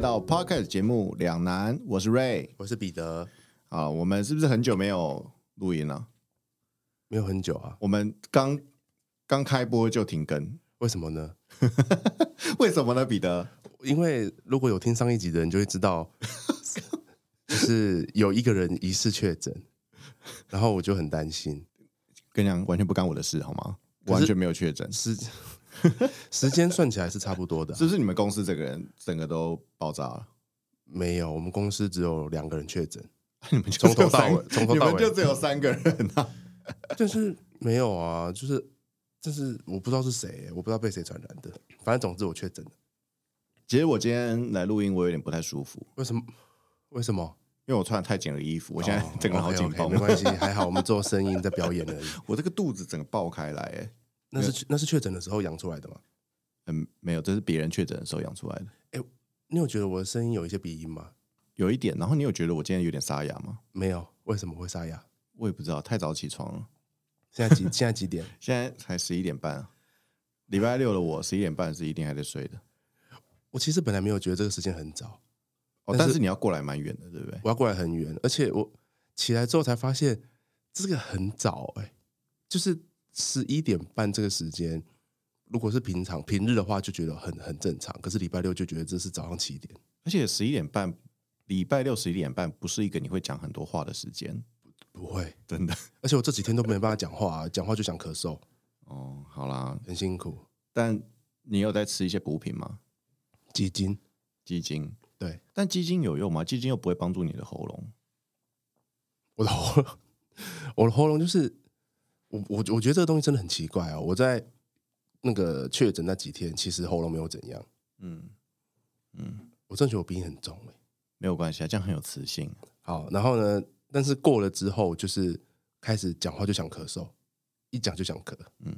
到 Podcast 节目两难，我是 Ray， 我是彼得。 啊，我们是不是很久没有录音了？ 没有很久啊。 我们刚开播就停更， 为什么呢？ 为什么呢？彼得， 因为如果有听上一集的人就会知道，就是有一个人疑似确诊，然后我就很担心。 跟你讲，完全不干我的事，好吗？完全没有确诊， 时间算起来是差不多的、 是不是你们公司这个人整个都爆炸了？ 没有，我们公司只有2个人确诊， 你们从头到尾， 你们就只有3个人啊？ 但是没有啊，就是我不知道是谁，我不知道被谁传染的，反正总之我确诊了。 其实我今天来录音，我有点不太舒服。 为什么？ 因为我穿得太紧了衣服，我现在整个人好紧绷。 没关系，还好我们做声音在表演而已。 我这个肚子整个爆开来， 那是确诊的时候养出来的吗？ 没有，这是别人确诊的时候养出来的。 你有觉得我的声音有一些鼻音吗？ 有一点。然后你有觉得我今天有点沙哑吗？ 没有，为什么会沙哑？ 我也不知道，太早起床了。 现在几点？ 现在才11点半啊。礼拜六的我11点半是一定还在睡的。 我其实本来没有觉得这个时间很早， 但是你要过来蛮远的，对不对？ 我要过来很远，而且我起来之后才发现这个很早就是11点半这个时间，如果是平日的话就觉得很正常，可是礼拜六就觉得这是早上7点， 而且11点半，礼拜六11点半不是一个你会讲很多话的时间， 不会， 真的。 而且我这几天都没办法讲话，讲话就想咳嗽。 哦，好啦， 很辛苦。 但你有在吃一些补品吗？ 鸡精， 对，但鸡精有用吗？鸡精又不会帮助你的喉咙。 我的喉咙就是我觉得这个东西真的很奇怪啊！我在那个确诊那几天，其实喉咙没有怎样。我真的觉得我鼻音很重没有关系啊，这样很有磁性。 好，然后呢，但是过了之后，就是开始讲话就想咳嗽，一讲就想咳。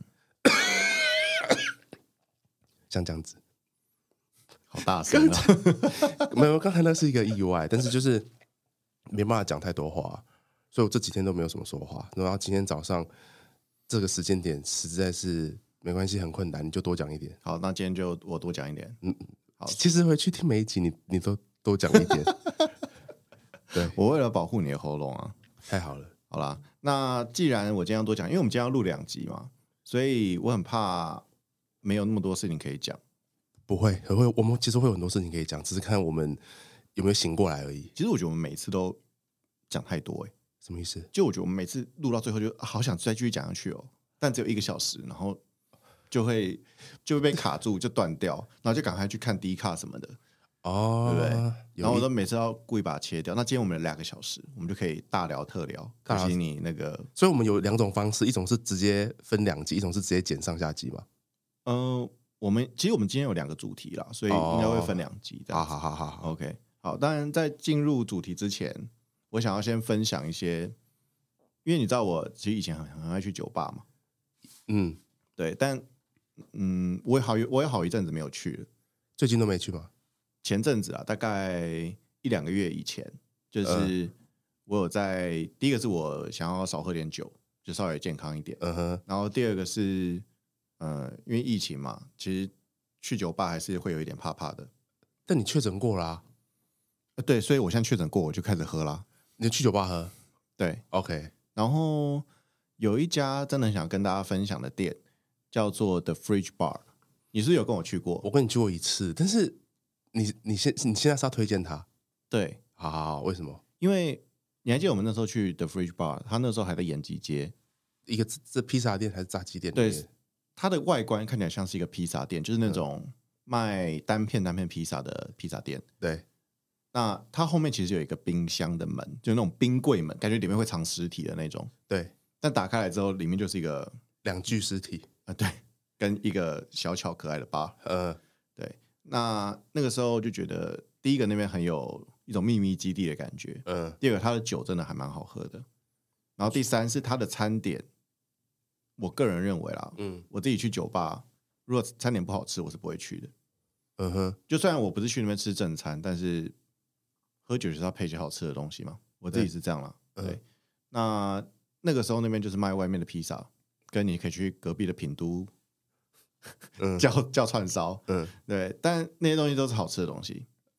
像这样子， 好大声啊！ 没有，刚才那是一个意外，但是就是没办法讲太多话，所以我这几天都没有什么说话。然后今天早上这个时间点实在是没关系，很困难，你就多讲一点。 好，那今天就我多讲一点。好， 其实回去听每一集你都多讲一点。对， 我为了保护你的喉咙啊。 太好了。 好啦，那既然我今天要多讲，因为我们今天要录2集嘛，所以我很怕没有那么多事情可以讲。 不会，我们其实会有很多事情可以讲，只是看我们有没有醒过来而已。 其实我觉得我们每次都讲太多什么意思？ 就我觉得我们每次录到最后就好想再继续讲下去哦，但只有1个小时，然后就会被卡住，就断掉，然后就赶快去看 D 卡什么的。 哦， 对不对？然后我都每次要故意把它切掉。那今天我们有2个小时，我们就可以大聊特聊。可惜你那个， 所以我们有2种方式，一种是直接分2集，一种是直接剪上下集嘛。 其实我们今天有2个主题啦，所以应该会分2集。 好 ，OK， 好。当然，在进入主题之前，我想要先分享一些，因为你知道我其实以前很爱去酒吧嘛，对，但我有好一阵子没有去了。 最近都没去吗？ 前阵子啊，大概1-2个月以前，就是我有在第一个是我想要少喝点酒，就稍微健康一点。然后第二个是因为疫情嘛，其实去酒吧还是会有一点怕怕的。 但你确诊过啦。 对，所以我现在确诊过，我就开始喝啦。 你去酒吧喝？ 对 ，OK。 然后有一家真的很想跟大家分享的店，叫做 The Fridge Bar。你是不是有跟我去过？ 我跟你去过1次，但是你现在是要推荐他？ 对， 好，为什么？ 因为你还记得我们那时候去 The Fridge Bar， 他那时候还在延吉街， 一个这披萨店还是炸鸡店？ 对，它的外观看起来像是一个披萨店，就是那种卖单片披萨的披萨店。 对， 那它后面其实有一个冰箱的门，就是那种冰柜门，感觉里面会藏尸体的那种。 对， 但打开来之后，里面就是一个 2具尸体对，跟一个小巧可爱的bar。对，那个时候就觉得，第一个那边很有一种秘密基地的感觉。第二个它的酒真的还蛮好喝的。然后第3是它的餐点，我个人认为啦，我自己去酒吧，如果餐点不好吃，我是不会去的。就虽然我不是去那边吃正餐，但是喝酒就是要配些好吃的东西嘛，我自己是这样啦。对，那个时候那边就是卖外面的披萨，跟你可以去隔壁的品都叫串烧。对，但那些东西都是好吃的东西。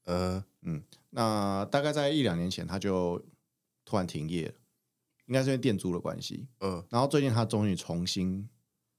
那大概在1-2年前，他就突然停业了，应该是因为店租的关系。然后最近他终于重新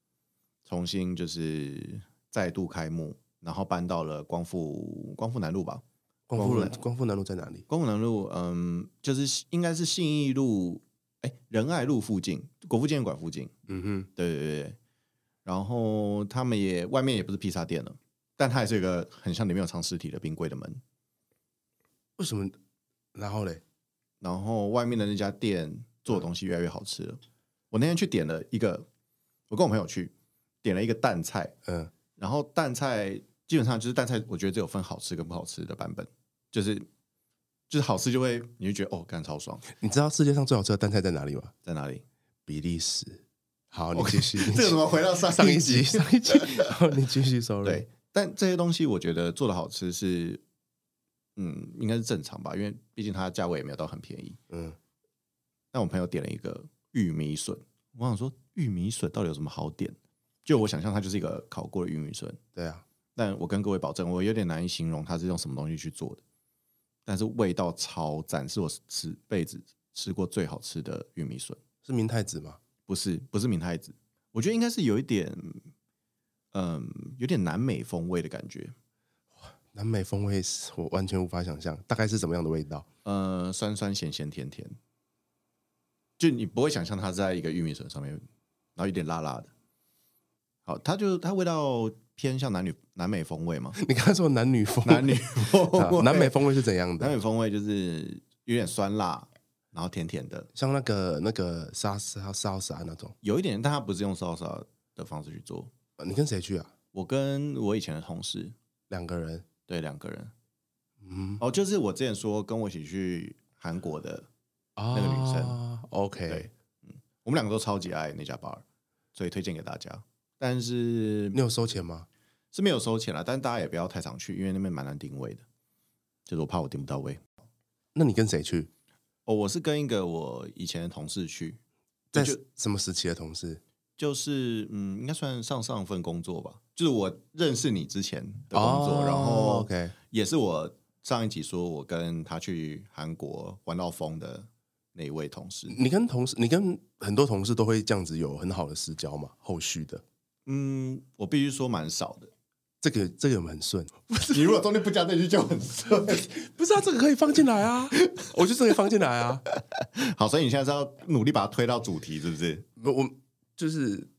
就是再度开幕，然后搬到了光复南路吧。 光复南路在哪里？ 光复南路，就是应该是信义路，仁爱路附近，国父纪念馆附近。对。然后他们外面也不是披萨店了，但它也是一个很像里面有藏尸体的冰柜的门。 为什么？然后嘞？ 然后外面的那家店做的东西越来越好吃了。我那天去点了一个，我跟我朋友去点了一个蛋菜，然后蛋菜基本上就是蛋菜，我觉得只有分好吃跟不好吃的版本，就是好吃你就觉得干超爽。 你知道世界上最好吃的蛋菜在哪里吗？ 在哪里？ 比利时。好，你继续。 这个怎么回到上一集？ 好，你继续说。 对，但这些东西我觉得做的好吃是，应该是正常吧，因为毕竟它价位也没有到很便宜。但我朋友点了一个玉米笋，我想说玉米笋到底有什么好点？就我想象它就是一个烤过的玉米笋。 对啊， 但我跟各位保证，我有点难以形容它是用什么东西去做的，但是味道超赞，是我这辈子吃过最好吃的玉米笋。 是明太子吗？ 不是明太子，我觉得应该是有一点，有点南美风味的感觉。 南美风味我完全无法想象，大概是怎么样的味道？ 酸酸咸咸甜甜，就你不会想象它在一个玉米笋上面，然后有点辣辣的。好，它味道偏向南美风味嘛？ 你刚才说男女风味，南美风味是怎样的？ 南美风味就是有点酸辣。然后甜甜的， 像那个沙那种， 有一点，但它不是用沙的方式去做。 你跟谁去啊？ 我跟我以前的同事 2个人， 对，2个人。就是我之前说跟我一起去韩国的那个女生。 OK， 对，我们2个都超级爱那家 bar， 所以推荐给大家。但是你有收钱吗？ 是没有收钱啦，但大家也不要太常去，因为那边蛮难定位的，就是我怕我定不到位。 那你跟谁去？ 我是跟一个我以前的同事去。 在什么时期的同事？ 就是应该算上份工作吧，就是我认识你之前的工作，然后也是我上一集说我跟他去韩国玩到疯的那一位同事。 你跟很多同事都会这样子有很好的私交吗？后续的？ 我必须说蛮少的。 这个有没有很顺？ 你如果中间不加这句就很顺。 不是啊，这个可以放进来啊，我就这个放进来啊。 好，所以你现在是要努力把它推到主题，是不是？ 我就是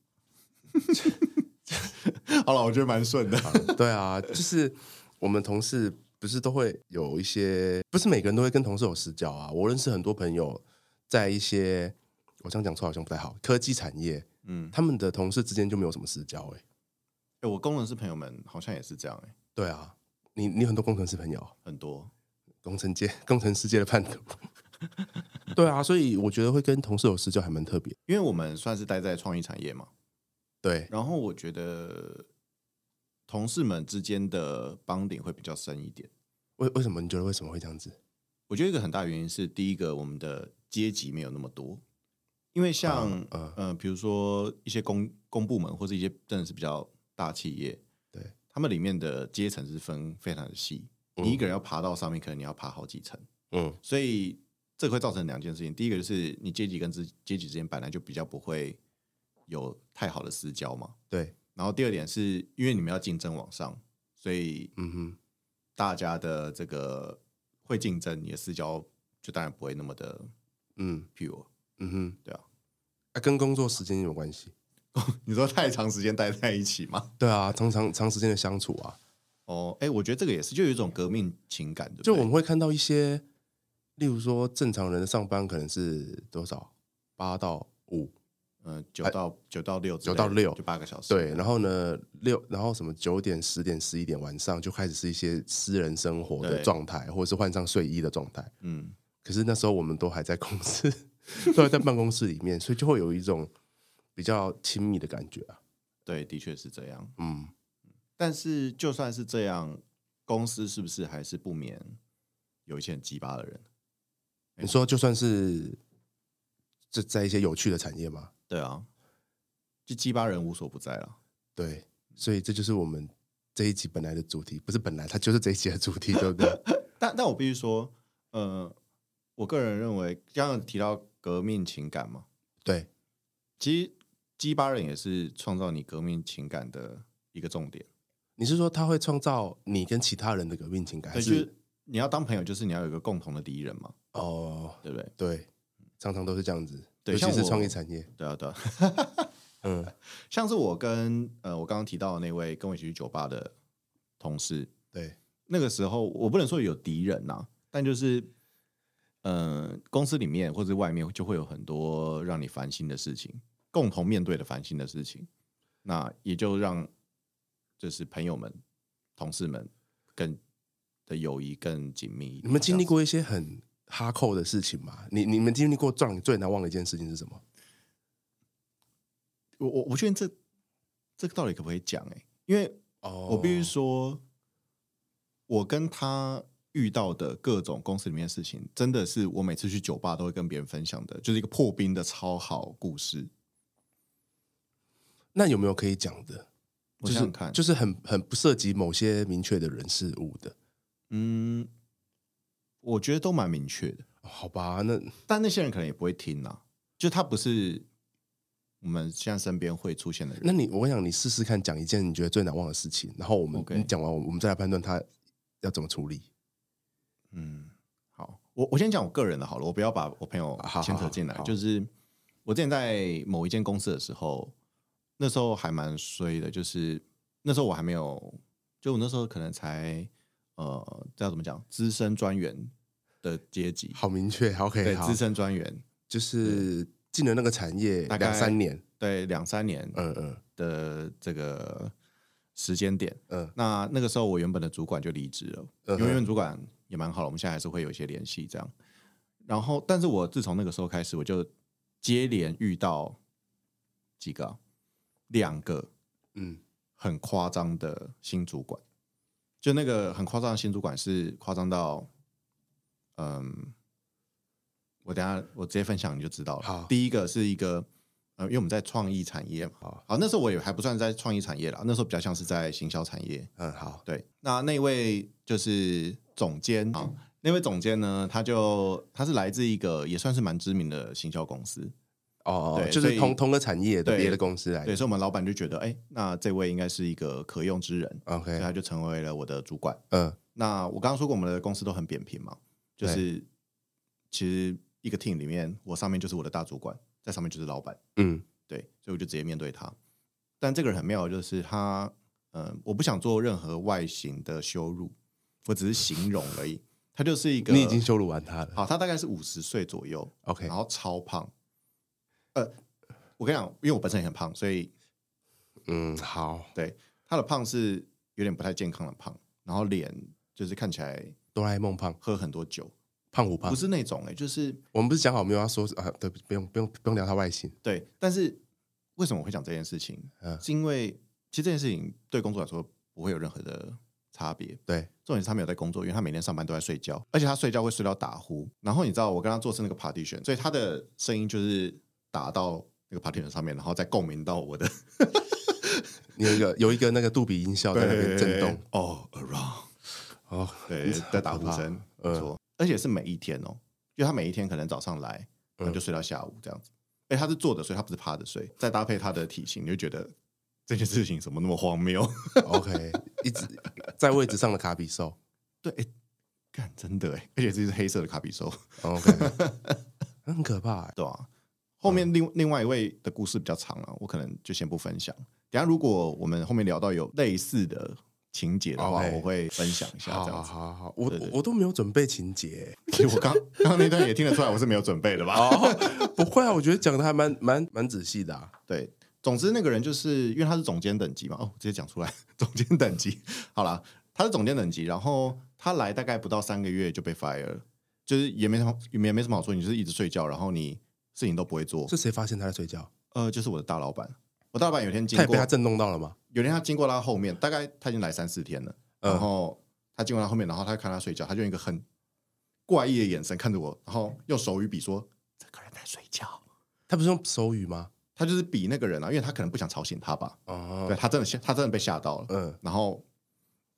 好了，我觉得蛮顺的。 对啊，就是我们同事不是都会有一些，不是每个人都会跟同事有私交啊。我认识很多朋友，在一些我这样讲错好像不太好，科技产业，他们的同事之间就没有什么私交。 我工程师朋友们好像也是这样。 对啊，你很多工程师朋友， 很多工程世界的叛徒。对啊，所以我觉得会跟同事有私交还蛮特别， 因为我们算是待在创意产业嘛。 对， 然后我觉得同事们之间的bonding会比较深一点。 为什么？你觉得为什么会这样子？ 我觉得一个很大原因是，第一个我们的阶级没有那么多，因为像比如说一些公部门或者一些真的是比较大企业， 对， 他们里面的阶层是分非常的细，你一个人要爬到上面，可能你要爬好几层。所以这个会造成2件事情。第一个就是你阶级跟阶级之间本来就比较不会有太好的私交嘛。 对。 然后第二点是因为你们要竞争往上，所以大家的这个会竞争，你的私交就当然不会那么的pure。对啊。 跟工作时间有关系。 你说太长时间待在一起吗？ 对啊，长时间的相处啊。 我觉得这个也是，就有一种革命情感，对不对？ 就我们会看到一些，例如说正常人的上班可能是多少8到5， 9到6，就8个小时。 对，然后呢然后什么9点、10点、11点晚上就开始是一些私人生活的状态，或者是换上睡衣的状态。可是那时候我们都还在公司，都还在办公室里面，所以就会有一种比较亲密的感觉啊。 对，的确是这样。但是就算是这样，公司是不是还是不免有一些很鸡巴的人？ 你说就算是在一些有趣的产业吗？ 对啊，就鸡巴人无所不在了。 对，所以这就是我们这一集本来的主题，不是本来，它就是这一集的主题，对不对？ 但我必须说，我个人认为，刚刚提到革命情感嘛， 对， 其实鸡巴人也是创造你革命情感的一个重点。 你是说他会创造你跟其他人的革命情感？ 对，就是你要当朋友，就是你要有一个共同的敌人嘛。 哦， 对不对？ 对，常常都是这样子， 对， 尤其是创意产业。 对啊，对啊。 嗯， 像是我跟我刚刚提到的那位跟我一起去酒吧的同事， 对， 那个时候我不能说有敌人呐、但就是公司里面或者外面就会有很多让你烦心的事情，共同面对的烦心的事情，那也就让就是朋友们、同事们更的友谊更紧密一点。 你们经历过一些很哈扣的事情吗？你们经历过让你最难忘的一件事情是什么？ 我不确定这个到底可不可以讲因为我必须说，我跟他遇到的各种公司里面的事情，真的是我每次去酒吧都会跟别人分享的，就是一个破冰的超好故事。 那有没有可以讲的？ 我想想看， 就是很不涉及某些明确的人事物的。 我觉得都蛮明确的。 好吧， 但那些人可能也不会听啊，就他不是我们现在身边会出现的人。 那我跟你讲，你试试看讲一件你觉得最难忘的事情，然后你讲完，我们再来判断他要怎么处理。 好，我先讲我个人的好了，我不要把我朋友牵扯进来。就是我之前在某一间公司的时候，那时候还蛮衰的，就是那时候我还没有，就我那时候可能才这要怎么讲，资深专员的阶级， 好明确。OK， 对，资深专员就是进了那个产业大概2-3年， 对，2-3年，的这个时间点，那个时候我原本的主管就离职了，因为原本主管也蛮好的，我们现在还是会有一些联系这样。然后，但是我自从那个时候开始，我就接连遇到几个2个，很夸张的新主管。就那个很夸张的新主管是夸张到，我等一下我直接分享你就知道了。 好， 第一个是一个。因为我们在创意产业嘛，好，那时候我也还不算在创意产业啦，那时候比较像是在行销产业。 好， 对，那位就是总监啊，那位总监呢，他是来自一个也算是蛮知名的行销公司。 对，就是同个产业的别的公司来的。 对，所以我们老板就觉得，那这位应该是一个可用之人 ，OK， 所以他就成为了我的主管。那我刚刚说过，我们的公司都很扁平嘛，就是其实一个 team 里面，我上面就是我的大主管。在上面就是老板，对，所以我就直接面对他。但这个人很妙的就是他，我不想做任何外形的羞辱，我只是形容而已。他就是一个， 你已经羞辱完他了。 好，他大概是50岁左右 ，OK， 然后超胖。我跟你讲，因为我本身也很胖，所以， 好， 对，他的胖是有点不太健康的胖，然后脸就是看起来哆啦 A 梦胖， 喝很多酒。 胖虎胖不是那种就是我们不是讲好没有要说啊？对，不用聊他外形。 对，但是为什么我会讲这件事情？是因为其实这件事情对工作来说不会有任何的差别。 对， 重点是他没有在工作，因为他每天上班都在睡觉，而且他睡觉会睡到打呼。然后你知道我跟他做是那个 partition， 所以他的声音就是打到那个 partition 上面，然后再共鸣到我的。 有一个那个杜比音效在那边震动。 around，对的打呼声，没错。而且是每一天因为他每一天可能早上来，然后就睡到下午这样子。他是坐着睡，他不是趴着睡。再搭配他的体型，你就觉得这件事情怎么那么荒谬 ？OK， 一直在位置上的卡比兽， 对，干真的而且这是黑色的卡比兽。 OK， 很可怕对啊。后面另外一位的故事比较长我可能就先不分享。等一下如果我们后面聊到有类似的情节的话，我会分享一下。这样子， 好，我都没有准备情节。 其实我刚那段也听得出来，我是没有准备的吧？ 不会啊，我觉得讲的还蛮仔细的。 对，总之那个人就是因为他是总监等级嘛，直接讲出来，总监等级。好啦，他是总监等级，然后他来大概不到3个月就被 fire 了，就是也没什么好说，你就是一直睡觉，然后你事情都不会做。 是谁发现他在睡觉？ 就是我的大老板。我大老板有天经过， 他也被他震动到了吗？ 有天他经过他后面，大概他已经来3-4天了，然后他经过他后面，然后他看他睡觉，他就用一个很怪异的眼神看着我，然后用手语比说：“这个人在睡觉。” 他不是用手语吗？ 他就是比那个人因为他可能不想吵醒他吧。对，他真的被吓到了。然后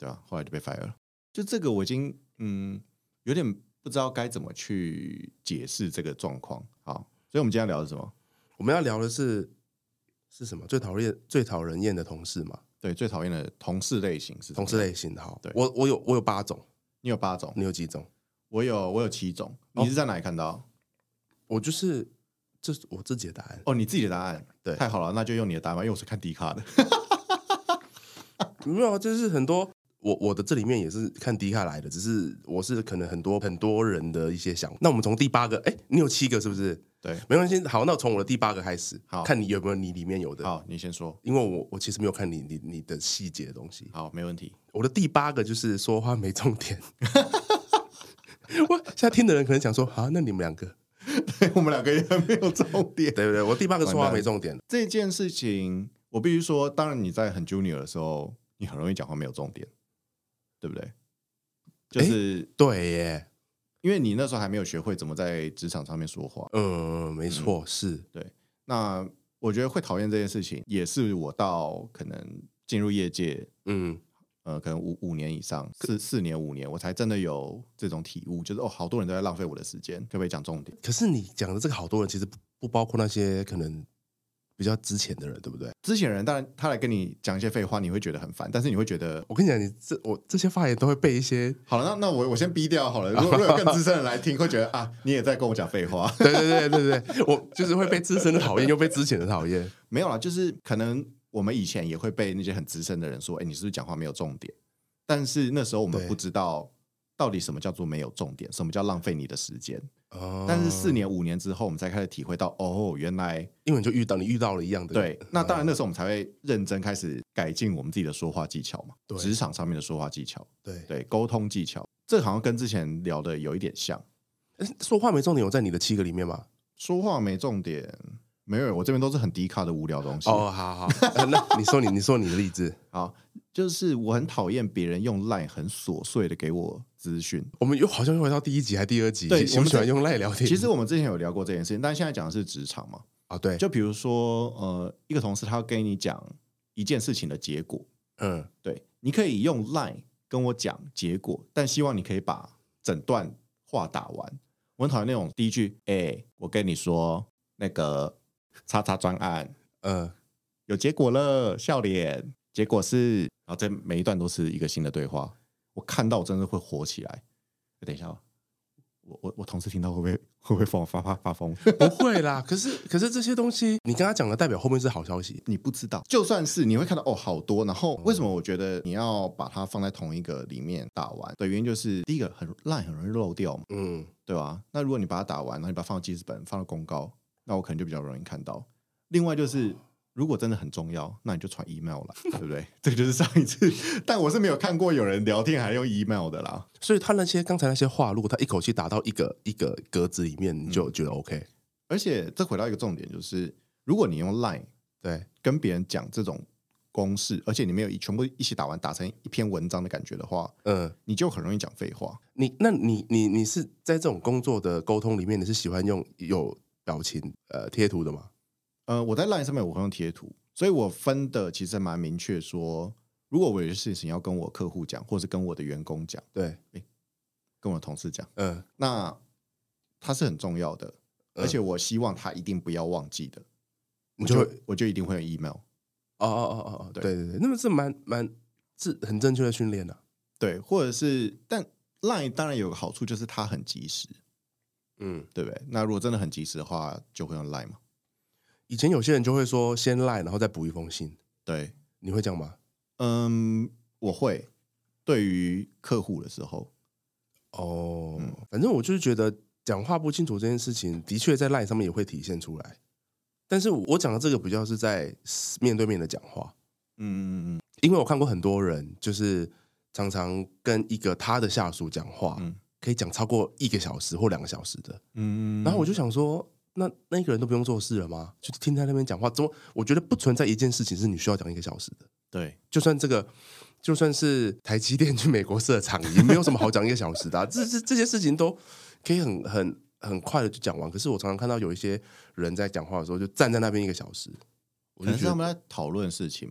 对啊，后来就被 fire 了。就这个我已经有点不知道该怎么去解释这个状况。好，所以我们今天要聊的是什么？ 我们要聊的是什么？最讨人厌的同事嘛？ 对，最讨厌的同事类型是同事类型的。好， 对， 我有8种。 你有8种， 你有几种？ 我有7种。你是在哪里看到？ 我就是这是我自己的答案。 哦，你自己的答案， 对， 太好了，那就用你的答案，因为我是看 D 卡的。 没有，就是很多我的这里面也是看 D 卡来的，只是我是可能很多人的一些想法。那我们从第8个，你有7个是不是？ 对， 没关系。好，那从我的第8个开始， 好， 看你有没有你里面有的。 好，你先说， 因为我其实没有看你的细节的东西。 好，没问题。 我的第8个就是说话没重点。我现在听的人可能想说，啊，那你们2个， 对，我们2个也没有重点， 对不对？我第8个说话没重点。 这件事情，我必须说，当然你在很 junior 的时候，你很容易讲话没有重点，对不对？就是对耶， 因为你那时候还没有学会怎么在职场上面说话。 没错，是对。那我觉得会讨厌这件事情，也是我到可能进入业界，可能5年以上，4年5年，我才真的有这种体悟，就是好多人都在浪费我的时间，可不可以讲重点？ 可是你讲的这个好多人，其实不包括那些可能比较之前的人，对不对？ 之前的人当然他来跟你讲一些废话，你会觉得很烦，但是你会觉得， 我跟你讲，我这些发言都会被一些好了，那我先逼掉好了。如果有更资深的人来听，会觉得啊，你也在跟我讲废话。 对，我就是会被资深的讨厌，又被之前的讨厌。 没有啦，就是可能我们以前也会被那些很资深的人说，你是不是讲话没有重点？但是那时候我们不知道到底什么叫做没有重点，什么叫浪费你的时间。但是4年5年之后，我们才开始体会到，原来因为你遇到了一样的。 对，那当然那时候我们才会认真开始改进我们自己的说话技巧嘛，职场上面的说话技巧，对，沟通技巧，这好像跟之前聊的有一点像。 说话没重点有在你的7个里面吗？ 说话没重点没有，我这边都是很低卡的无聊东西。 好，那你说你的例子。 好，就是我很讨厌别人用 LINE 很琐碎的给我资讯。 我们好像又回到第1集还第2集， 对， 喜不喜欢用 LINE 聊天？ 其实我们之前有聊过这件事情，但现在讲的是职场嘛。 对， 就比如说一个同事他要跟你讲一件事情的结果，对，你可以用 LINE 跟我讲结果，但希望你可以把整段话打完。我很讨厌那种第一句，我跟你说那个叉叉专案，有结果了，笑脸，结果是，然后这每一段都是一个新的对话，我看到我真的会火起来。等一下，我同事听到会不会发疯？ 不会啦，可是这些东西你跟他讲的代表后面是好消息， 你不知道，就算是你会看到好多，然后为什么我觉得你要把它放在同一个里面打完的原因就是第一个LINE很容易漏掉嘛，对吧？那如果你把它打完，然后你把它放到记事本，放到公告，那我可能就比较容易看到。另外就是如果真的很重要，那你就传 email 来，对不对？这个就是上一次，但我是没有看过有人聊天还用 email 的啦。 所以他刚才那些话，如果他一口气打到一个格子里面，你就觉得 OK。 而且这回到一个重点，就是如果你用 LINE 对跟别人讲这种公式，而且你没有全部一起打完，打成一篇文章的感觉的话，你就很容易讲废话。 你是在这种工作的沟通里面，你是喜欢用有表情贴图的吗？ 我在 LINE 上面我会用贴图，所以我分的其实蛮明确说，如果我有些事情要跟我客户讲，或是跟我的员工讲， 对， 跟我的同事讲，那它是很重要的，而且我希望他一定不要忘记的，我就一定会用 email。 对，那么是是很正确的训练啊。 对，或者是，但 LINE 当然有个好处就是它很及时，对不对？那如果真的很及时的话，就会用 LINE 嘛。 以前有些人就会说先 LINE 然后再补一封信， 对， 你会这样吗？ 我会，对于客户的时候， 反正我就是觉得讲话不清楚这件事情，的确在 LINE 上面也会体现出来。但是我讲的这个比较是在面对面的讲话，因为我看过很多人就是常常跟一个他的下属讲话，可以讲超过1个小时或2个小时的，然后我就想说，那一个人都不用做事了吗？就听他那边讲话，怎么？我觉得不存在一件事情是你需要讲1个小时的。 对， 就算是台积电去美国设厂，也没有什么好讲1个小时的这些事情都可以很快的就讲完。可是我常常看到有一些人在讲话的时候，就站在那边1个小时， 可能是他们在讨论事情吗？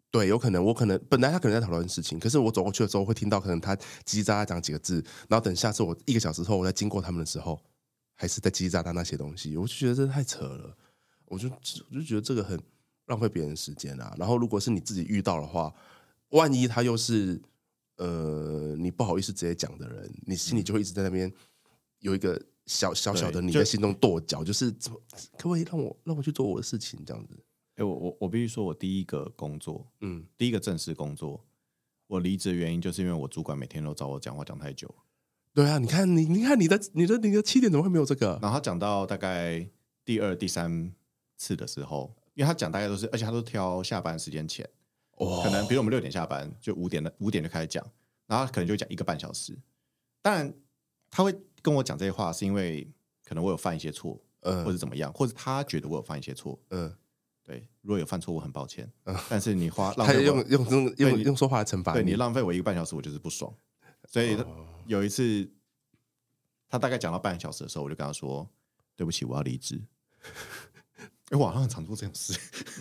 对，有可能我可能本来他可能在讨论事情，可是我走过去的时候会听到可能他叽叽喳喳讲几个字，然后等下次我1个小时后我再经过他们的时候，还是在叽叽喳喳那些东西，我就觉得这太扯了，我就觉得这个很浪费别人时间啊。然后如果是你自己遇到的话，万一他又是你不好意思直接讲的人，你心里就会一直在那边有一个小的你在心中跺脚，就是怎么可不可以让我去做我的事情这样子。 我必须说，我第一个工作，第一个正式工作，我离职的原因就是因为我主管每天都找我讲话讲太久。 对啊，你看你的7点怎么会没有这个？ 然后他讲到大概第2、第3次的时候，因为他讲大概都是，而且他都挑下班时间前，可能比如我们6点下班，就5点就开始讲，然后可能就讲1个半小时。当然，他会跟我讲这些话，是因为可能我有犯一些错，或者怎么样，或者他觉得我有犯一些错，对，如果有犯错，我很抱歉。但是你浪费我用说话来惩罚对你浪费我1个半小时，我就是不爽。所以有一次，他大概讲到半个小时的时候，我就跟他说：“对不起，我要离职。”我好像很常做这种事，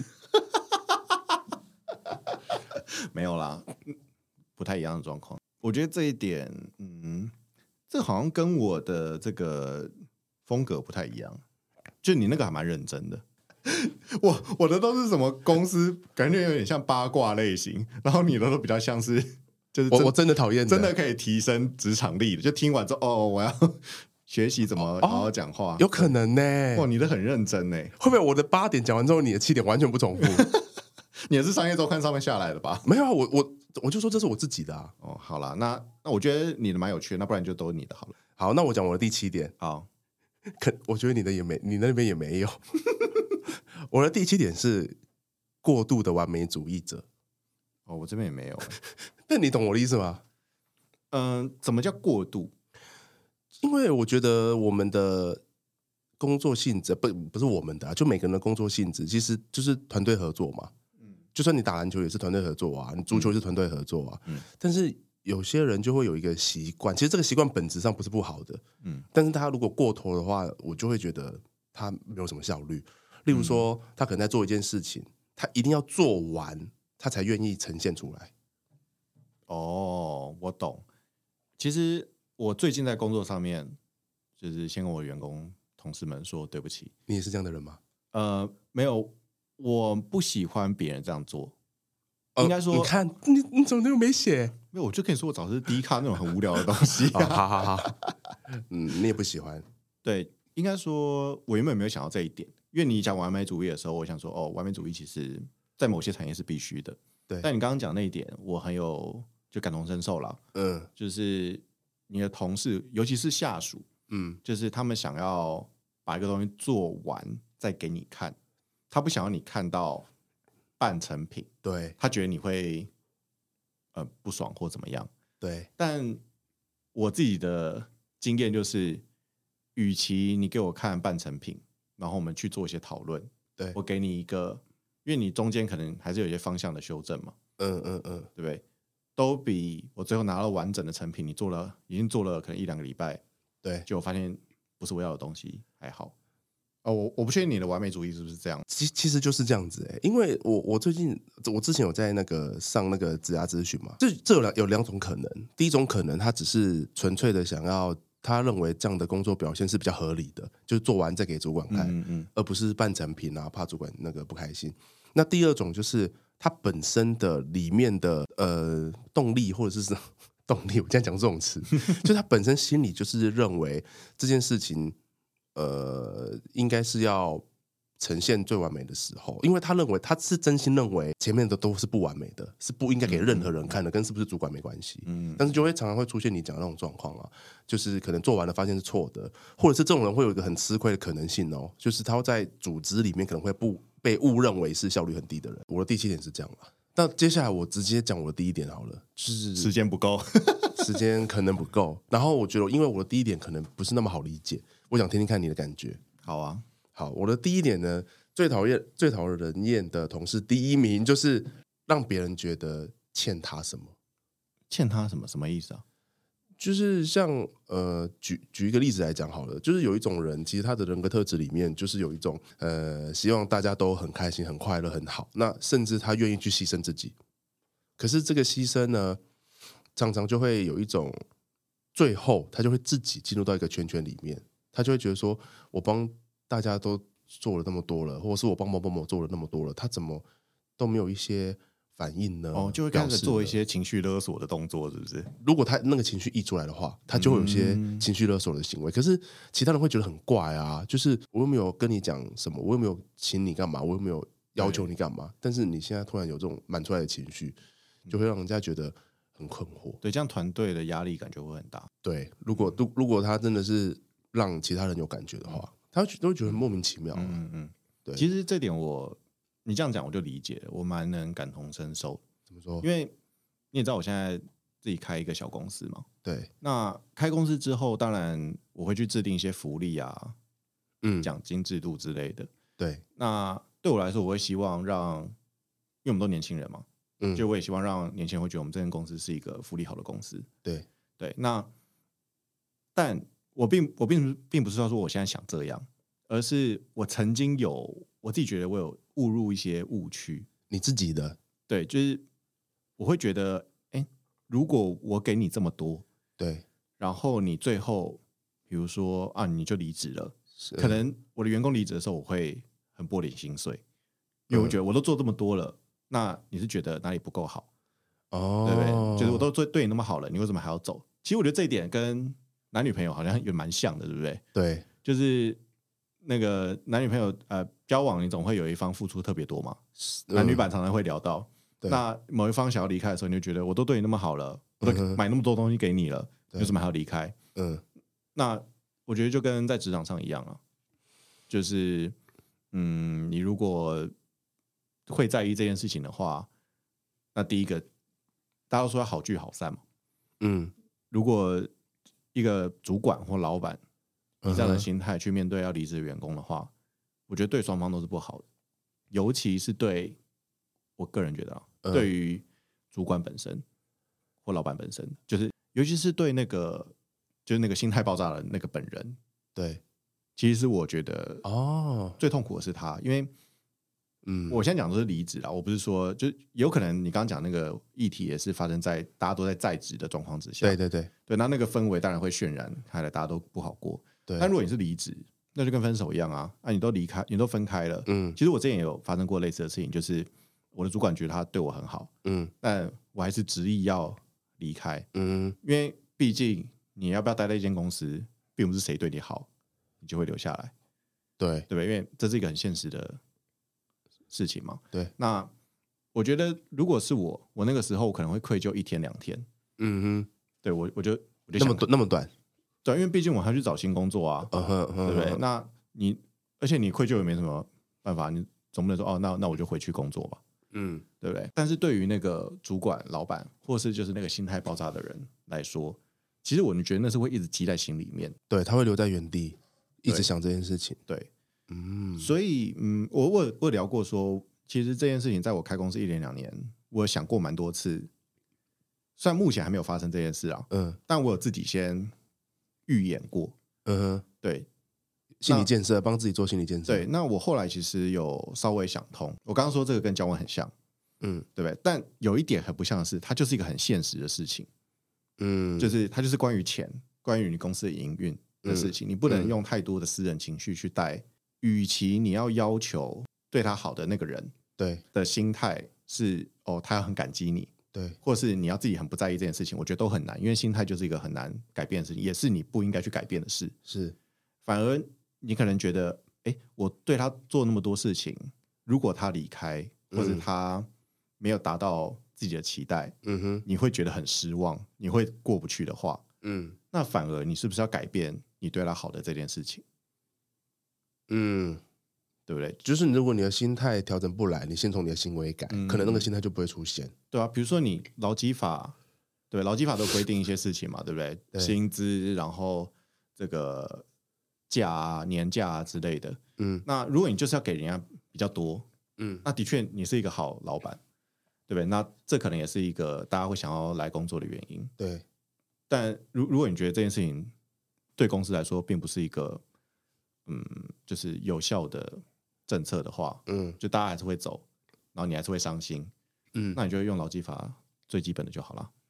没有啦，不太一样的状况。我觉得这一点，这好像跟我的这个风格不太一样。就你那个还蛮认真的。我的都是什么公司，感觉有点像八卦类型，然后你的都比较像是，就是我真的讨厌， 真的可以提升职场力的。就听完之后，我要学习怎么好好讲话， 有可能呢。 哇，你的很认真呢， 会不会我的8点讲完之后，你的7点完全不重复？ 你也是商业周刊上面下来的吧？ 没有啊，我就说这是我自己的啊。 好啦，那我觉得你的蛮有趣的，那不然就都你的好了。 好，那我讲我的第7点。 好， 我觉得你那边也没有。我的第7点是过度的完美主义者。 我这边也没有。 那你懂我的意思吗？ 怎么叫过度？ 因为我觉得我们的工作性质不是我们的就每个人的工作性质其实就是团队合作嘛。就算你打篮球也是团队合作啊，你足球也是团队合作啊。但是有些人就会有一个习惯，其实这个习惯本质上不是不好的。但是他如果过头的话，我就会觉得他没有什么效率。例如说，他可能在做一件事情，他一定要做完，他才愿意呈现出来。 我懂。其实我最近在工作上面，就是先跟我员工同事们说对不起。 你也是这样的人吗？ 没有，我不喜欢别人这样做。应该说， 你看你怎么都没写？ 没有，我就可以说我找的是低咖那种很无聊的东西。 好，你也不喜欢。 对，应该说，我原本没有想到这一点，因为你讲完美主义的时候，我想说，完美主义其实在某些产业是必须的。 对， 但你刚刚讲那一点，我很有就感同身受啦。就是你的同事，尤其是下属，就是他们想要把一个东西做完再给你看，他不想要你看到半成品， 对， 他觉得你会不爽或怎么样。 对， 但我自己的经验就是，与其你给我看半成品，然后我们去做一些讨论， 对， 我给你一个，因为你中间可能还是有一些方向的修正嘛，对不对？都比我最后拿到完整的成品，你已经做了可能1-2个礼拜， 对， 就发现不是我要的东西还好。我不确定你的完美主义是不是这样。 其实就是这样子因为我之前有在那个上那个职涯咨询嘛，这有2种可能。第一种可能他只是纯粹的想要，他认为这样的工作表现是比较合理的，就是做完再给主管看，而不是半成品啊，怕主管那个不开心。那第二种就是他本身的里面的动力或者是动力，我现在讲这种词，就是他本身心里就是认为这件事情应该是要呈现最完美的时候，因为他是真心认为前面的都是不完美的，是不应该给任何人看的，跟是不是主管没关系。但是就会常常会出现你讲的那种状况啊，就是可能做完了发现是错的，或者是这种人会有一个很吃亏的可能性就是他会在组织里面可能会被误认为是效率很低的人。我的第7点是这样啦。那接下来我直接讲我的第1点好了，就是时间不够， 时间可能不够。然后我觉得，因为我的第1点可能不是那么好理解，我想听听看你的感觉。 好啊， 好，我的第1点呢，最讨人厌的同事第1名就是让别人觉得欠他什么。 欠他什么？什么意思啊？ 就是像举一个例子来讲好了，就是有一种人，其实他的人格特质里面就是有一种希望大家都很开心、很快乐、很好，那甚至他愿意去牺牲自己。可是这个牺牲呢，常常就会有一种，最后他就会自己进入到一个圈圈里面，他就会觉得说，我帮大家都做了那么多了，或者是我帮某某某做了那么多了，他怎么都没有一些反应呢？ 就会开始做一些情绪勒索的动作，是不是？ 如果他那个情绪溢出来的话，他就会有一些情绪勒索的行为。可是其他人会觉得很怪啊，就是我又没有跟你讲什么，我又没有请你干嘛，我又没有要求你干嘛，但是你现在突然有这种满出来的情绪，就会让人家觉得很困惑。 对，这样团队的压力感觉会很大。 对，如果他真的是让其他人有感觉的话，他都会觉得莫名其妙。对， 其实这点你这样讲我就理解了，我蛮能感同身受。 怎么说？ 因为你也知道我现在自己开一个小公司嘛， 对， 那开公司之后，当然我会去制定一些福利啊、奖金制度之类的。 对， 那对我来说，我会希望因为我们都年轻人嘛，就我也希望让年轻人会觉得我们这间公司是一个福利好的公司。 对， 但我并不是说我现在想这样，而是我曾经我自己觉得我有误入一些误区。 你自己的， 对，就是我会觉得，如果我给你这么多， 对， 然后你最后比如说你就离职了，可能我的员工离职的时候，我会很拨脸心碎，因为我觉得我都做这么多了，那你是觉得哪里不够好？对不对？就是我都对你那么好了，你为什么还要走？其实我觉得这一点跟男女朋友好像也蛮像的，对不对？ 对， 就是那个男女朋友交往，你总会有一方付出特别多嘛，男女版常常会聊到。那某一方想要离开的时候，你就觉得我都对你那么好了，我都买那么多东西给你了，为什么还要离开？那我觉得就跟在职场上一样啊，就是你如果会在意这件事情的话，那第一个大家都说要好聚好散嘛，如果一个主管或老板以这样的心态去面对要离职的员工的话，我觉得对双方都是不好的，尤其是对我个人觉得对于主管本身或老板本身，就是尤其是对那个心态爆炸的那个本人， 对， 其实我觉得最痛苦的是他，因为我现在讲的是离职啦，我不是说就有可能你刚刚讲那个议题也是发生在大家都在职的状况之下， 对， 那个氛围当然会渲染开来，大家都不好过。但如果你是离职，那就跟分手一样啊！你都离开，你都分开了。其实我之前也有发生过类似的事情，就是我的主管觉得他对我很好，但我还是执意要离开，因为毕竟你要不要待在一间公司，并不是谁对你好，你就会留下来，对不对？因为这是一个很现实的事情嘛。 对， 那我觉得如果是我那个时候可能会愧疚1天2天。对我就那么短。 对，因为毕竟我还要去找新工作啊，对不对？那而且你愧疚也没什么办法，你总不能说那我就回去工作吧，对不对？但是对于那个主管、老板，或是就是那个心态爆炸的人来说，其实我觉得那是会一直积在心里面， 对，他会留在原地，一直想这件事情。 对，所以我有聊过说，其实这件事情在我开公司1年2年，我有想过蛮多次，虽然目前还没有发生这件事啊，但我有自己先预演过，对， 心理建设，帮自己做心理建设。 对，那我后来其实有稍微想通，我刚刚说这个跟交往很像，对不对？但有一点很不像的是，它就是一个很现实的事情，就是它就是关于钱，关于你公司的营运的事情，你不能用太多的私人情绪去带。与其你要求对他好的那个人， 对的心态是他要很感激你。 对， 或是你要自己很不在意这件事情，我觉得都很难，因为心态就是一个很难改变的事情，也是你不应该去改变的事。 是， 反而你可能觉得，我对他做那么多事情，如果他离开，或者他没有达到自己的期待，你会觉得很失望，你会过不去的话，那反而你是不是要改变你对他好的这件事情？对不对？ 就是如果你的心态调整不来，你先从你的行为改，可能那个心态就不会出现。 对啊，比如说你劳基法都规定一些事情嘛，对不对？薪资，然后这个假啊、年假啊之类的。那如果你就是要给人家比较多，那的确你是一个好老板，对不对？那这可能也是一个大家会想要来工作的原因。 对， 但如果你觉得这件事情对公司来说并不是一个就是有效的政策的话，就大家还是会走，然后你还是会伤心，那你就用劳基法最基本的就好了。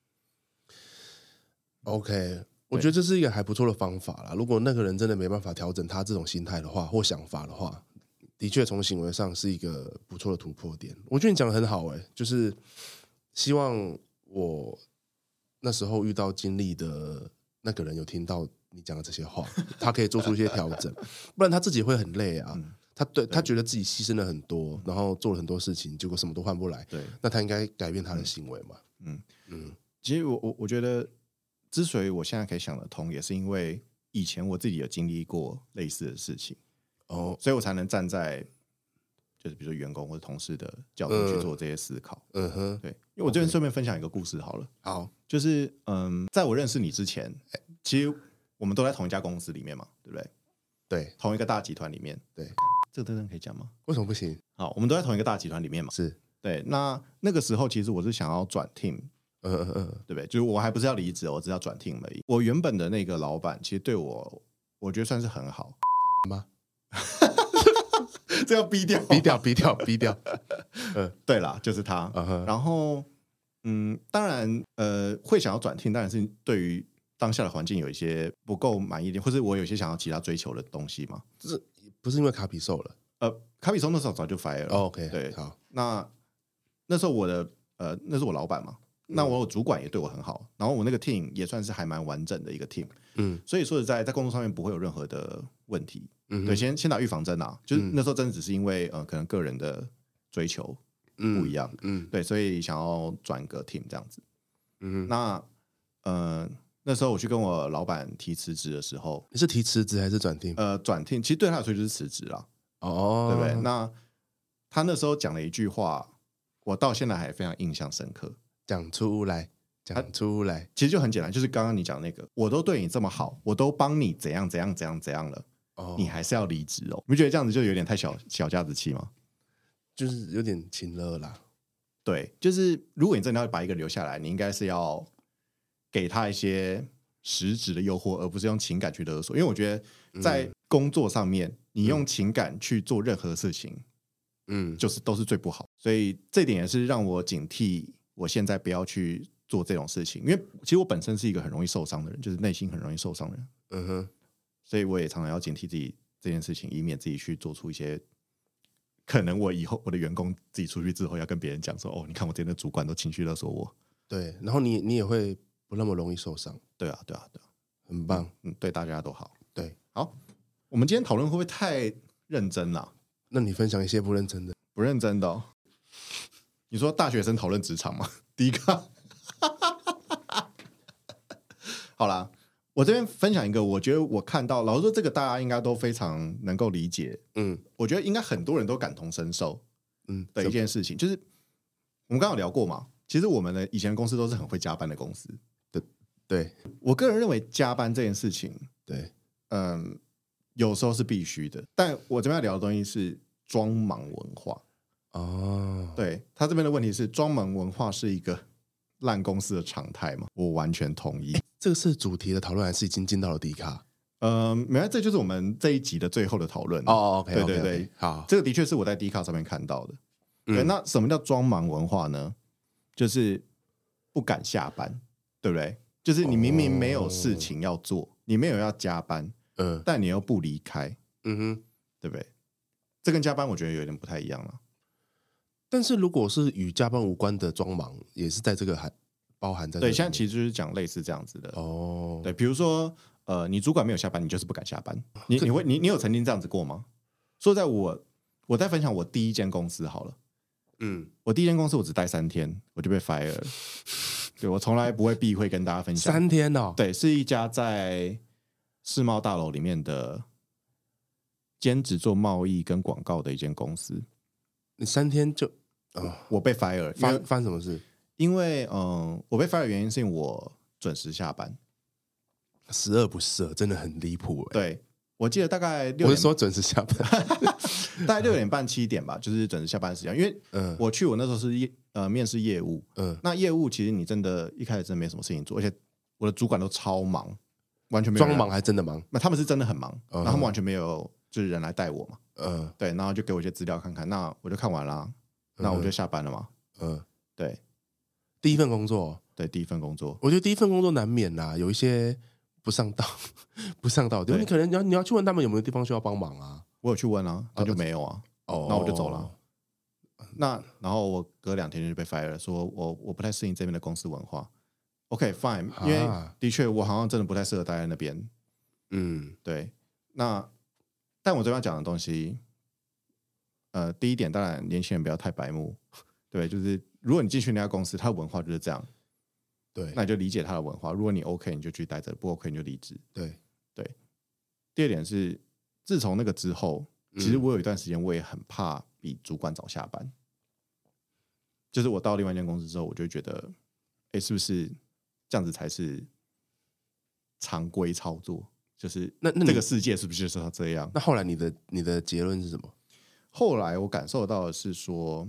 OK， 我觉得这是一个还不错的方法啦。如果那个人真的没办法调整他这种心态的话或想法的话，的确从行为上是一个不错的突破点。我觉得你讲的很好就是希望我那时候遇到经历的那个人有听到你讲的这些话，他可以做出一些调整，不然他自己会很累啊。他觉得自己牺牲了很多，然后做了很多事情，结果什么都换不来。对，那他应该改变他的行为嘛。 其实我觉得，之所以我现在可以想得通，也是因为以前我自己有经历过类似的事情，所以我才能站在就是比如说员工或者同事的角度去做这些思考。对，因为我这边顺便分享一个故事好了。好，就是在我认识你之前，其实我们都在同一家公司里面嘛，对不对？ 对， 同一个大集团里面。 对， 这个特征可以讲吗？ 为什么不行？ 好，我们都在同一个大集团里面嘛。 是， 对。那个时候，其实我是想要转 team，对不对？就是我还不是要离职，我只是要转 team 而已。我原本的那个老板，其实对我觉得算是很好吗？ 这要逼掉。对啦，就是他。然后，当然，会想要转 team，当然是对于当下的环境有一些不够满意的，或是我有些想要其他追求的东西嘛。 这不是因为卡比兽了？ 卡比兽那时候早就 fire 了。 OK， 对， 好。 那时候那是我老板嘛。那我有主管也对我很好，然后我那个 team 也算是还蛮完整的一个 team。所以说实在，在工作上面不会有任何的问题。对，先打预防针啊，就是那时候真的只是因为可能个人的追求不一样，对，所以想要转个 team 这样子。那时候我去跟我老板提辞职的时候， 你是提辞职还是转 team？ 转 team，其实对他来说就是辞职啦。对不对？那他那时候讲了一句话，我到现在还非常印象深刻。 讲出来， 其实就很简单，就是刚刚你讲那个，我都对你这么好，我都帮你怎样了，你还是要离职哦？你不觉得这样子就有点太小家子气吗？ 就是有点情勒啦。 对，就是如果你真的要把一个留下来，你应该是要给他一些实质的诱惑，而不是用情感去勒索。因为我觉得在工作上面，你用情感去做任何事情，就是都是最不好。所以这点也是让我警惕，我现在不要去做这种事情。因为其实我本身是一个很容易受伤的人，就是内心很容易受伤的人。所以我也常常要警惕自己这件事情，以免自己去做出一些可能我以后我的员工自己出去之后要跟别人讲说，你看我今天的主管都情绪勒索我。 对，然后你也会不那么容易受伤。 对啊， 很棒。 对大家都好。 对， 好，我们今天讨论会不会太认真了？ 那你分享一些不认真的。 不认真的哦？你说大学生讨论职场吗？第一个。好啦，我这边分享一个，我觉得我看到，老实说，这个大家应该都非常能够理解。我觉得应该很多人都感同身受。的一件事情，就是我们刚刚有聊过嘛，其实我们的以前的公司都是很会加班的公司。 对， 我个人认为加班这件事情， 对， 有时候是必须的。但我这边要聊的东西是装忙文化。对，他这边的问题是，装忙文化是一个烂公司的常态吗？我完全同意。 这个是主题的讨论，还是已经进到了迪卡？ 没有，这就是我们这一集的最后的讨论。 OK， 对， 好， 这个的确是我在迪卡上面看到的。对，那什么叫装忙文化呢？就是不敢下班，对不对？就是你明明没有事情要做，你没有要加班，但你又不离开，对不对？这跟加班我觉得有点不太一样了。 但是如果是与加班无关的装忙，也是在这个包含在。 对，现在其实就是讲类似这样子的。对，比如说你主管没有下班，你就是不敢下班。你有曾经这样子过吗？说在我在分享我第一间公司好了。我第一间公司我只待3天，我就被 fire 了。对，我从来不会避讳跟大家分享。 3天哦？ 对，是一家在世贸大楼里面的兼职做贸易跟广告的一间公司。 你3天就我被 fire 了。 发生什么事？ 因为我被 fire 的原因是因为我准时下班 ，12不12，真的很离谱。 对，我记得大概6点， 我是说准时下班， 大概6点半7点吧，就是准时下班时间。因为我那时候是面试业务，那业务其实你真的一开始真的没什么事情做，而且我的主管都超忙，完全没有装忙还真的忙。 那他们是真的很忙，然后他们完全没有就是人来带我嘛。对，然后就给我一些资料看看，那我就看完了，那我就下班了嘛。对， 第一份工作， 对，第一份工作， 我觉得第一份工作难免啦，有一些不上道，不上道，你可能你要去问他们有没有地方需要帮忙啊。 我有去问啊，他就没有啊，那我就走了。那然后我隔2天就被 fire 了，说我不太适应这边的公司文化。OK fine， 因为的确我好像真的不太适合待在那边。对。那但我这边讲的东西，第一点当然年轻人不要太白目，对，就是如果你进去那家公司，它的文化就是这样， 对， 那你就理解它的文化。如果你 OK， 你就去待着；不 OK， 你就离职。 对。 第二点是，自从那个之后，其实我有一段时间我也很怕比主管早下班。就是我到另外一间公司之后，我就觉得，是不是这样子才是常规操作？就是那这个世界是不是就是要这样？ 那后来你的结论是什么？ 后来我感受到的是说，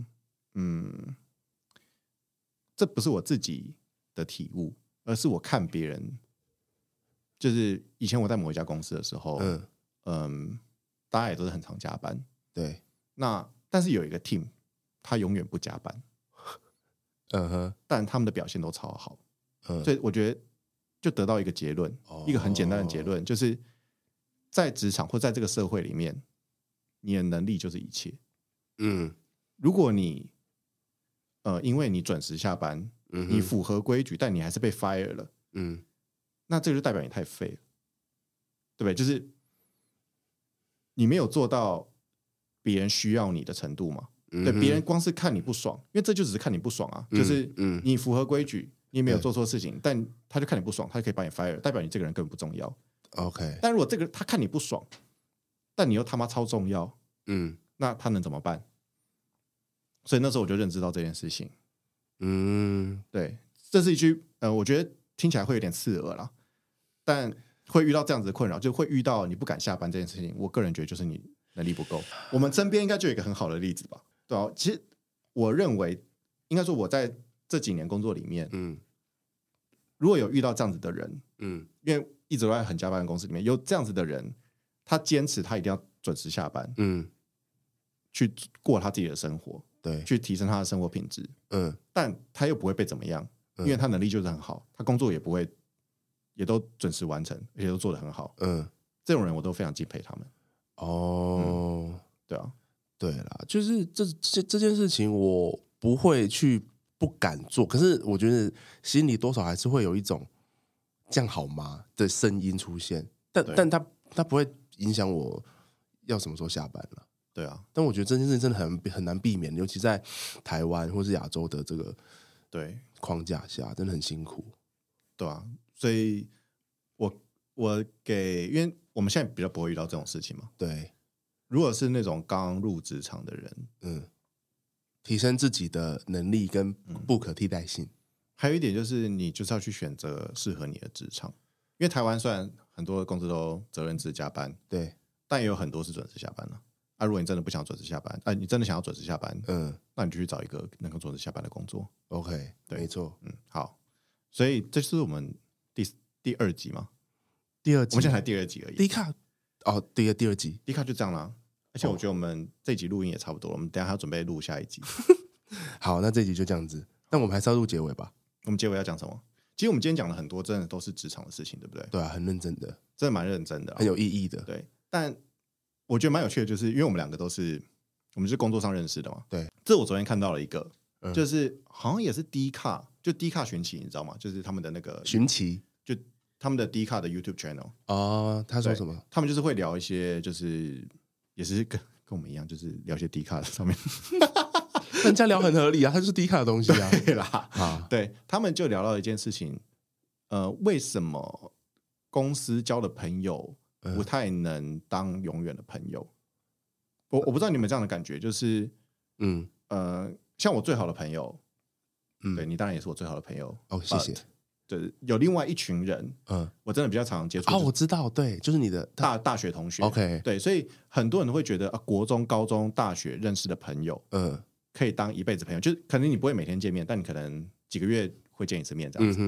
这不是我自己的体悟，而是我看别人。就是以前我在某一家公司的时候，大家也都是很常加班。 对， 但是有一个 team， 他永远不加班。但他们的表现都超好。所以我觉得就得到一个结论，一个很简单的结论，就是在职场或在这个社会里面，你的能力就是一切。如果你因为你准时下班，你符合规矩，但你还是被 fire 了，那这个就代表你太废了，对不对？就是你没有做到别人需要你的程度嘛。对，别人光是看你不爽，因为这就只是看你不爽啊，就是你符合规矩，你没有做错事情，但他就看你不爽，他就可以把你 fire， 代表你这个人根本不重要。 OK， 但如果这个他看你不爽，但你又他妈超重要，那他能怎么办？所以那时候我就认知到这件事情。对，这是一句我觉得听起来会有点刺耳啦，但会遇到这样子的困扰，就会遇到你不敢下班这件事情。我个人觉得就是你能力不够。我们身边应该就有一个很好的例子吧。对啊，其实我认为，应该说我在这几年工作里面，如果有遇到这样子的人，因为一直都在很加班的公司里面，有这样子的人，他坚持他一定要准时下班，去过他自己的生活， 对， 去提升他的生活品质，但他又不会被怎么样，因为他能力就是很好，他工作也不会，也都准时完成，而且都做得很好，这种人我都非常敬佩他们。对啊。 对啦，就是这件事情我不会去不敢做，可是我觉得心里多少还是会有一种这样好吗的声音出现，但它不会影响我要什么时候下班了。 对啊， 但我觉得这件事情真的很难避免，尤其在台湾或是亚洲的这个框架下，真的很辛苦。 对啊，所以我因为我们现在比较不会遇到这种事情嘛。 对。 如果是那种刚入职场的人， 提升自己的能力跟不可替代性， 还有一点就是你就是要去选择适合你的职场，因为台湾虽然很多公司都责任制加班， 对， 但也有很多是准时下班了。如果你真的不想准时下班，你真的想要准时下班，那你就去找一个能够准时下班的工作。 OK， 对，没错， 好，所以这是我们第2集嘛？ 第2集， 我们现在才第2集而已。 第二集， 第卡就这样啦。而且我觉得我们这集录音也差不多了，我们等一下还要准备录下一集。 好，那这集就这样子，但我们还是要录结尾吧。 我们结尾要讲什么？其实我们今天讲了很多，真的都是职场的事情，对不对？ 对啊，很认真的， 真的蛮认真的， 很有意义的。 对，但我觉得蛮有趣的，就是因为我们两个我们是工作上认识的嘛。 对， 这我昨天看到了一个，就是好像也是 D 卡，就 D 卡寻奇，你知道吗？就是他们的那个寻奇， 就他们的 D 卡的 YouTube channel。 他说什么？ 他们就是会聊一些，就是也是跟我们一样，就是聊一些 D 卡上面。 人家聊很合理啊，他就是 D 卡的东西啊。 对啦，对，他们就聊到一件事情，为什么公司交的朋友不太能当永远的朋友？我不知道你们这样的感觉，就是像我最好的朋友，对你当然也是我最好的朋友。 谢谢。 对，有另外一群人，我真的比较常接触。 我知道，对，就是你的大学同学。 OK， 对，所以很多人都会觉得国中、高中、大学认识的朋友，可以当一辈子朋友，就是可能你不会每天见面，但你可能几个月会见一次面这样子。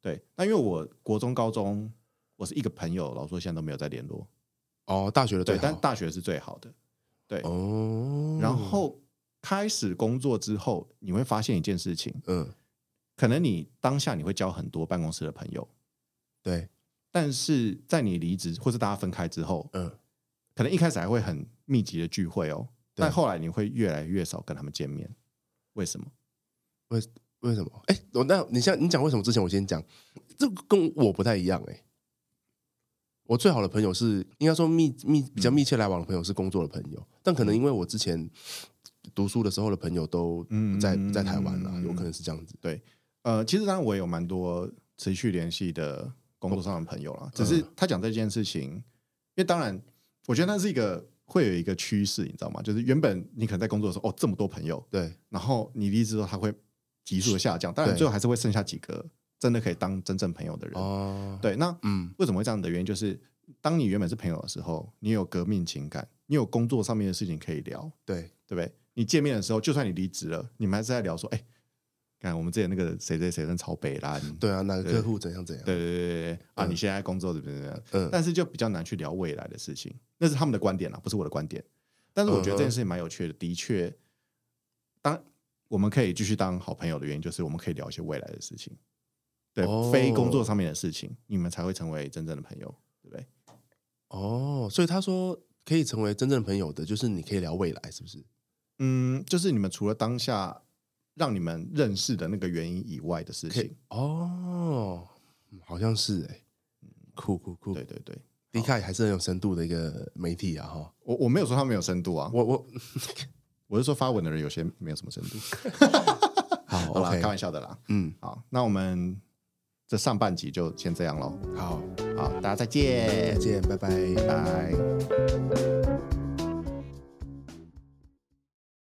对，那因为我国中、高中我是一个朋友，老实说现在都没有再联络。 哦，大学的最好， 但大学是最好的。对哦，然后开始工作之后，你会发现一件事情，可能你当下你会交很多办公室的朋友， 对， 但是在你离职或是大家分开之后，可能一开始还会很密集的聚会哦，但后来你会越来越少跟他们见面，为什么？ 为什么？那你讲为什么之前我先讲，这跟我不太一样我最好的朋友是应该说比较密切来往的朋友是工作的朋友，但可能因为我之前读书的时候的朋友都不在台湾啦，有可能是这样子。 对，其实当然我也有蛮多持续联系的工作上的朋友啦，只是他讲这件事情，因为当然我觉得那是会有一个趋势，你知道吗？就是原本你可能在工作的时候这么多朋友， 对， 然后你离职之后他会急速的下降，当然最后还是会剩下几个真的可以当真正朋友的人。对，那为什么会这样的原因就是当你原本是朋友的时候，你有革命情感，你有工作上面的事情可以聊， 对不对？你见面的时候，就算你离职了，你们还是在聊说，看我们之前那个谁谁谁真超北烂， 对啊，哪个客户怎样， 对啊，你现在工作怎么样？但是就比较难去聊未来的事情，那是他们的观点啦，不是我的观点。但是我觉得这件事情蛮有趣的，的确，当我们可以继续当好朋友的原因，就是我们可以聊一些未来的事情，对，非工作上面的事情，你们才会成为真正的朋友，对不对？ 所以他说可以成为真正的朋友的，就是你可以聊未来，是不是？ 就是你们除了当下让你们认识的那个原因以外的事情。 好像是酷， 对对对。 Dcard 还是很有深度的一个媒体啊哈。 我没有说他没有深度啊，我是说发文的人有些没有什么深度。好啦，开玩笑的啦。好，那我们这上半集就先这样咯。 好， 大家再见， 拜拜。